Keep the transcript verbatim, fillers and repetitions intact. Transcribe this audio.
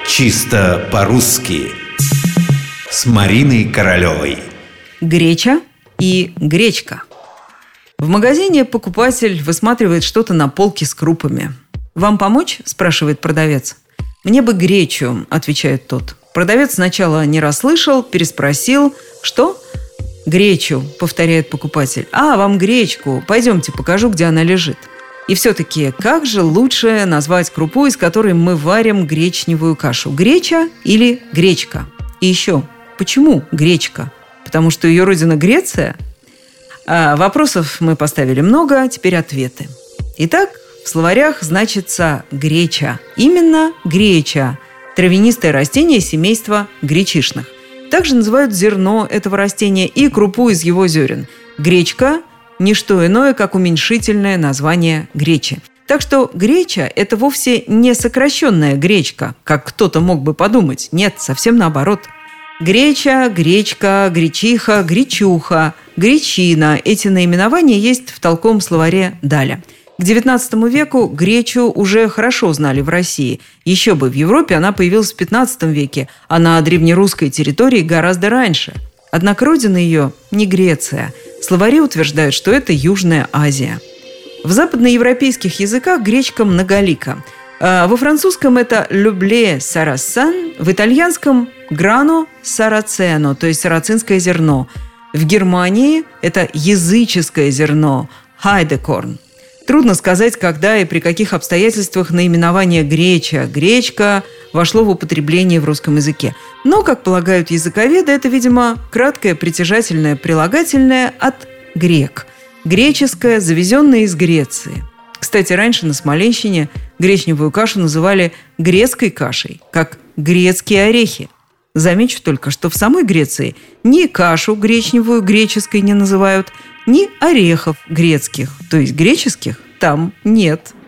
Чисто по-русски с Мариной Королевой. Греча и гречка. В магазине покупатель высматривает что-то на полке с крупами. «Вам помочь?» – спрашивает продавец. «Мне бы гречу», – отвечает тот. Продавец сначала не расслышал, переспросил. «Что?» «Гречу», – повторяет покупатель. «А, вам гречку. Пойдемте, покажу, где она лежит». И все-таки, как же лучше назвать крупу, из которой мы варим гречневую кашу? Греча или гречка? И еще, почему гречка? Потому что ее родина Греция? А вопросов мы поставили много, теперь ответы. Итак, в словарях значится греча. Именно греча. Травянистое растение семейства гречишных. Также называют зерно этого растения и крупу из его зерен. Гречка – не что иное, как уменьшительное название гречи. Так что греча – это вовсе не сокращенная гречка, как кто-то мог бы подумать. Нет, совсем наоборот. Греча, гречка, гречиха, гречуха, гречина – эти наименования есть в толковом словаре Даля. К девятнадцатому веку гречу уже хорошо знали в России. Еще бы, в Европе она появилась в пятнадцатом веке, а на древнерусской территории гораздо раньше. Однако родина ее не Греция. Словари утверждают, что это Южная Азия. В западноевропейских языках гречка многолика. А во французском это «любле сарацен», в итальянском «грано сарацено», то есть сарацинское зерно. В Германии это языческое зерно «хайдекорн». Трудно сказать, когда и при каких обстоятельствах наименование «греча», «гречка» вошло в употребление в русском языке. Но, как полагают языковеды, это, видимо, краткое притяжательное прилагательное от «грек». Греческое, завезенное из Греции. Кстати, раньше на Смоленщине гречневую кашу называли грецкой кашей, как грецкие орехи. Замечу только, что в самой Греции ни кашу гречневую греческой не называют, ни орехов грецких, то есть греческих, там нет.